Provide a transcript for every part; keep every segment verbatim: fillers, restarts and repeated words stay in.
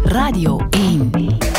Radio één.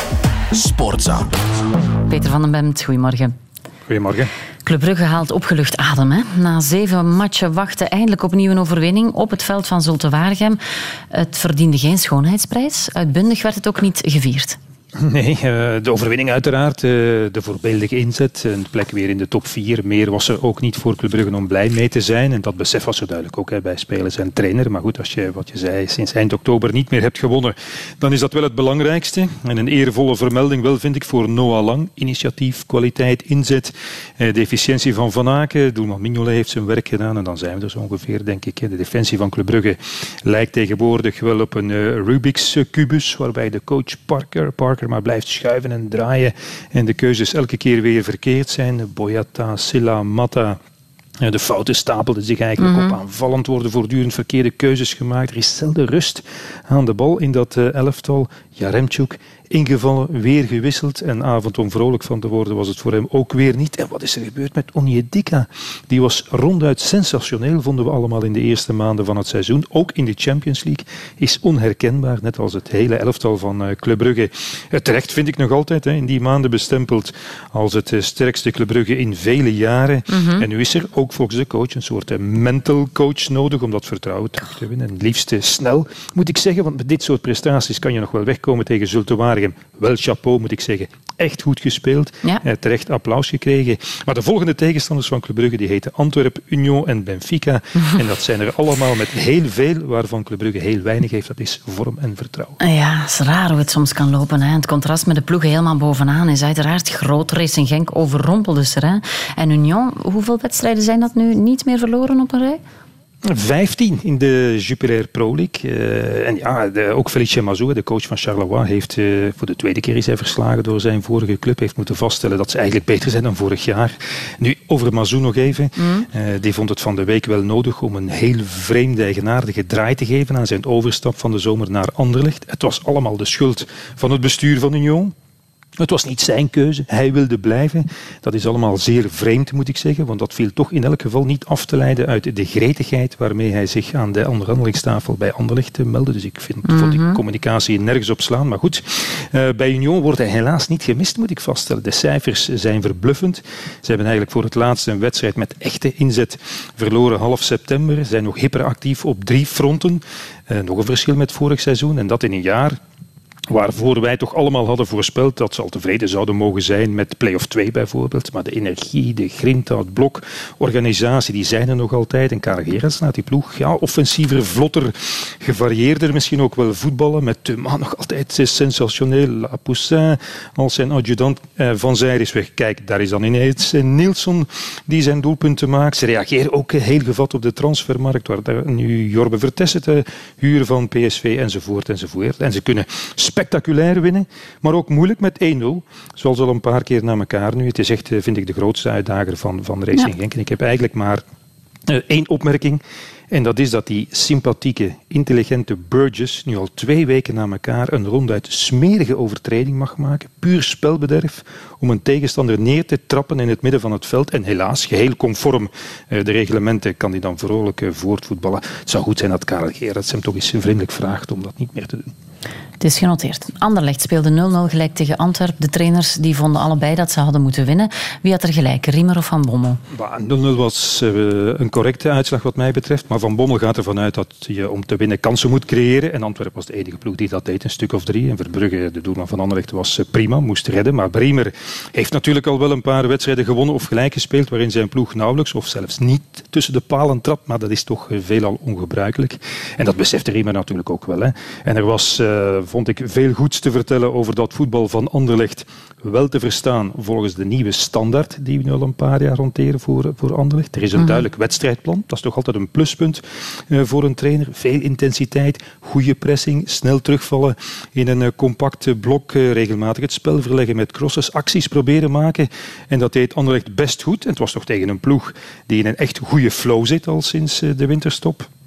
Sportza. Peter van den Bemt, goedemorgen. Goedemorgen. Club Brugge haalt opgelucht adem. Hè? Na zeven matchen wachten eindelijk opnieuw een overwinning op het veld van Zulte Waregem. Het verdiende geen schoonheidsprijs. Uitbundig werd het ook niet gevierd. Nee, de overwinning uiteraard. De voorbeeldige inzet. Een plek weer in de top vier. Meer was er ook niet voor Club Brugge om blij mee te zijn. En dat besef was er duidelijk ook hè, bij spelers en trainer. Maar goed, als je, wat je zei, sinds eind oktober niet meer hebt gewonnen, dan is dat wel het belangrijkste. En een eervolle vermelding wel, vind ik, voor Noah Lang. Initiatief, kwaliteit, inzet. De efficiëntie van Van Aken. Doelman Mignolet heeft zijn werk gedaan. En dan zijn we er zo ongeveer, denk ik. De defensie van Club Brugge lijkt tegenwoordig wel op een Rubik's kubus, waarbij de coach Parker... Parker maar blijft schuiven en draaien en de keuzes elke keer weer verkeerd zijn. Boyata, Silla, Mata. De fouten stapelden zich eigenlijk mm-hmm. op. Aanvallend worden voortdurend verkeerde keuzes gemaakt. Er is zelden rust aan de bal in dat uh, elftal. Jaremchuk ingevallen, weer gewisseld. En avond om vrolijk van te worden was het voor hem ook weer niet. En wat is er gebeurd met Onyedika? Die was ronduit sensationeel, vonden we allemaal in de eerste maanden van het seizoen. Ook in de Champions League is onherkenbaar, net als het hele elftal van uh, Club Brugge. Uh, terecht vind ik nog altijd, hè, in die maanden bestempeld als het uh, sterkste Club Brugge in vele jaren. Mm-hmm. En nu is er ook volgens de coach een soort uh, mental coach nodig om dat vertrouwen terug te winnen. En liefst uh, snel, moet ik zeggen, want met dit soort prestaties kan je nog wel wegkomen tegen Zulte Waregem. Wel chapeau, moet ik zeggen. Echt goed gespeeld. Ja. Eh, terecht applaus gekregen. Maar de volgende tegenstanders van Club Brugge die heten Antwerp, Union en Benfica. Mm-hmm. En dat zijn er allemaal met heel veel, waarvan Club Brugge heel weinig heeft. Dat is vorm en vertrouwen. Ja, het is raar hoe het soms kan lopen. Hè. Het contrast met de ploegen helemaal bovenaan is uiteraard groot. Racing Genk overrompelde ze. Hè. En Union, hoeveel wedstrijden zijn dat nu niet meer verloren op een rij? vijftien in de Jupiler Pro League. Uh, en ja, de, ook Felicien Mazou, de coach van Charleroi, heeft uh, voor de tweede keer is hij verslagen door zijn vorige club. Heeft moeten vaststellen dat ze eigenlijk beter zijn dan vorig jaar. Nu, over Mazou nog even. Mm. Uh, die vond het van de week wel nodig om een heel vreemde, eigenaardige draai te geven aan zijn overstap van de zomer naar Anderlecht. Het was allemaal de schuld van het bestuur van Union. Het was niet zijn keuze, hij wilde blijven. Dat is allemaal zeer vreemd, moet ik zeggen, want dat viel toch in elk geval niet af te leiden uit de gretigheid waarmee hij zich aan de onderhandelingstafel bij Anderlecht meldde. Dus ik vind mm-hmm. vond die communicatie nergens op slaan. Maar goed, uh, bij Union wordt hij helaas niet gemist, moet ik vaststellen. De cijfers zijn verbluffend. Ze hebben eigenlijk voor het laatst een wedstrijd met echte inzet verloren half september. Ze zijn nog hyperactief op drie fronten. Uh, nog een verschil met vorig seizoen en dat in een jaar waarvoor wij toch allemaal hadden voorspeld dat ze al tevreden zouden mogen zijn met play-off twee bijvoorbeeld. Maar de energie, de grinta, het blok, organisatie, die zijn er nog altijd. En Karel Gerrits laat die ploeg ja, offensiever, vlotter, gevarieerder misschien ook wel voetballen. Met Thuma nog altijd sensationeel. Lapoussin als zijn adjudant. Eh, Van Zijr is weg. Kijk, daar is dan ineens Nilsson die zijn doelpunten maakt. Ze reageren ook heel gevat op de transfermarkt, waar daar nu Jorbe Vertessen te huren van P S V enzovoort enzovoort. En ze kunnen spectaculair winnen, maar ook moeilijk met één nul. Zoals al een paar keer na elkaar nu. Het is echt, vind ik, de grootste uitdager van, van Racing Genk. En ik heb eigenlijk maar uh, één opmerking. En dat is dat die sympathieke, intelligente Burgess nu al twee weken na elkaar een ronduit smerige overtreding mag maken. Puur spelbederf om een tegenstander neer te trappen in het midden van het veld. En helaas, geheel conform uh, de reglementen, kan hij dan vrolijk uh, voortvoetballen. Het zou goed zijn dat Karel Gerrits hem toch eens vriendelijk vraagt om dat niet meer te doen. Het is genoteerd. Anderlecht speelde nul nul gelijk tegen Antwerpen. De trainers die vonden allebei dat ze hadden moeten winnen. Wie had er gelijk, Riemer of Van Bommel? nul nul was uh, een correcte uitslag wat mij betreft. Maar Van Bommel gaat ervan uit dat je om te winnen kansen moet creëren. En Antwerpen was de enige ploeg die dat deed, een stuk of drie. En Verbrugge, de doelman van Anderlecht, was uh, prima, moest redden. Maar Riemer heeft natuurlijk al wel een paar wedstrijden gewonnen of gelijk gespeeld, waarin zijn ploeg nauwelijks of zelfs niet tussen de palen trapt. Maar dat is toch uh, veelal ongebruikelijk. En dat besefte Riemer natuurlijk ook wel. Hè. En er was... Uh, vond ik veel goeds te vertellen over dat voetbal van Anderlecht. Wel te verstaan volgens de nieuwe standaard die we nu al een paar jaar hanteren voor, voor Anderlecht. Er is een mm-hmm. duidelijk wedstrijdplan. Dat is toch altijd een pluspunt uh, voor een trainer. Veel intensiteit, goede pressing, snel terugvallen in een uh, compact blok, uh, regelmatig het spel verleggen met crosses, acties proberen maken. En dat deed Anderlecht best goed. En het was toch tegen een ploeg die in een echt goede flow zit al sinds uh, de winterstop.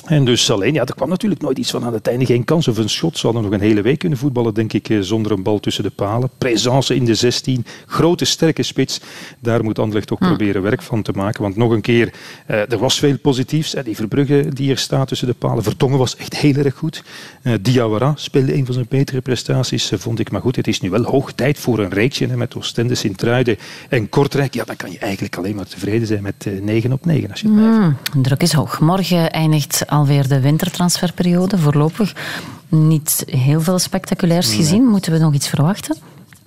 En dus alleen, ja, er kwam natuurlijk nooit iets van aan het einde. Geen kans of een schot. Ze hadden nog een hele week kunnen voetballen, denk ik, zonder een bal tussen de palen. Présence in de zestien. Grote, sterke spits. Daar moet Anderlecht toch hm. proberen werk van te maken. Want nog een keer, uh, er was veel positiefs. Uh, die Verbrugge die er staat tussen de palen. Vertongen was echt heel erg goed. Uh, Diawara speelde een van zijn betere prestaties, uh, vond ik. Maar goed, het is nu wel hoog tijd voor een reeksje. Hè, met Oostende, Sint-Truiden en Kortrijk. Ja, dan kan je eigenlijk alleen maar tevreden zijn met uh, negen op negen. Als je het mm, druk is hoog. Morgen eindigt alweer de wintertransferperiode. Voorlopig niet heel veel spectaculairs gezien. Nee. Moeten we nog iets verwachten?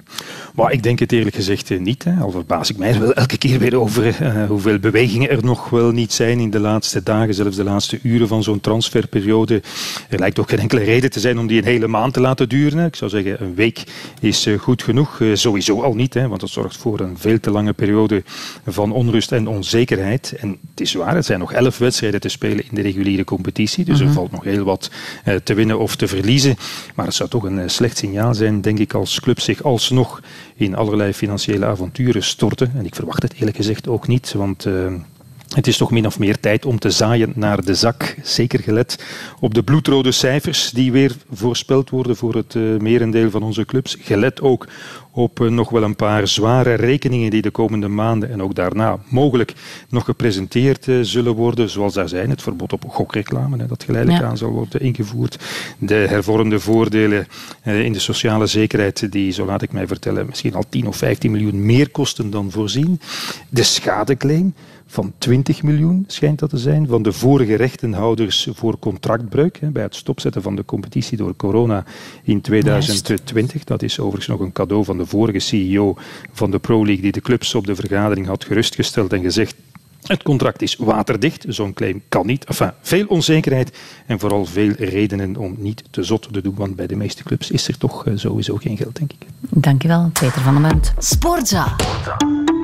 Maar ik denk het eerlijk gezegd niet. Hè. Al verbaas ik mij er wel elke keer weer over uh, hoeveel bewegingen er nog wel niet zijn in de laatste dagen, zelfs de laatste uren van zo'n transferperiode. Er lijkt ook geen enkele reden te zijn om die een hele maand te laten duren. Hè. Ik zou zeggen, een week is uh, goed genoeg. Uh, sowieso al niet, hè, want dat zorgt voor een veel te lange periode van onrust en onzekerheid. En het is waar, er zijn nog elf wedstrijden te spelen in de reguliere competitie, dus mm-hmm. er valt nog heel wat uh, te winnen of te verliezen. Maar het zou toch een uh, slecht signaal zijn, denk ik, als club zich alsnog in allerlei financiële avonturen storten. En ik verwacht het eerlijk gezegd ook niet, want uh, het is toch min of meer tijd om te zaaien naar de zak. Zeker gelet op de bloedrode cijfers die weer voorspeld worden voor het uh, merendeel van onze clubs. Gelet ook op uh, nog wel een paar zware rekeningen die de komende maanden en ook daarna mogelijk nog gepresenteerd uh, zullen worden. Zoals daar zijn, het verbod op gokreclame, hè, dat geleidelijk ja. aan zal worden ingevoerd. De hervormde voordelen uh, in de sociale zekerheid die, zo laat ik mij vertellen, misschien al tien of vijftien miljoen meer kosten dan voorzien. De schadeclaim van twintig miljoen schijnt dat te zijn, van de vorige rechtenhouders voor contractbreuk hè, bij het stopzetten van de competitie door corona in tweeduizend twintig. Juist. Dat is overigens nog een cadeau van de vorige C E O van de Pro League die de clubs op de vergadering had gerustgesteld en gezegd: het contract is waterdicht, zo'n claim kan niet. Enfin, veel onzekerheid en vooral veel redenen om niet te zot te doen, want bij de meeste clubs is er toch sowieso geen geld, denk ik. Dank je wel, Peter van den Munt. Sportza.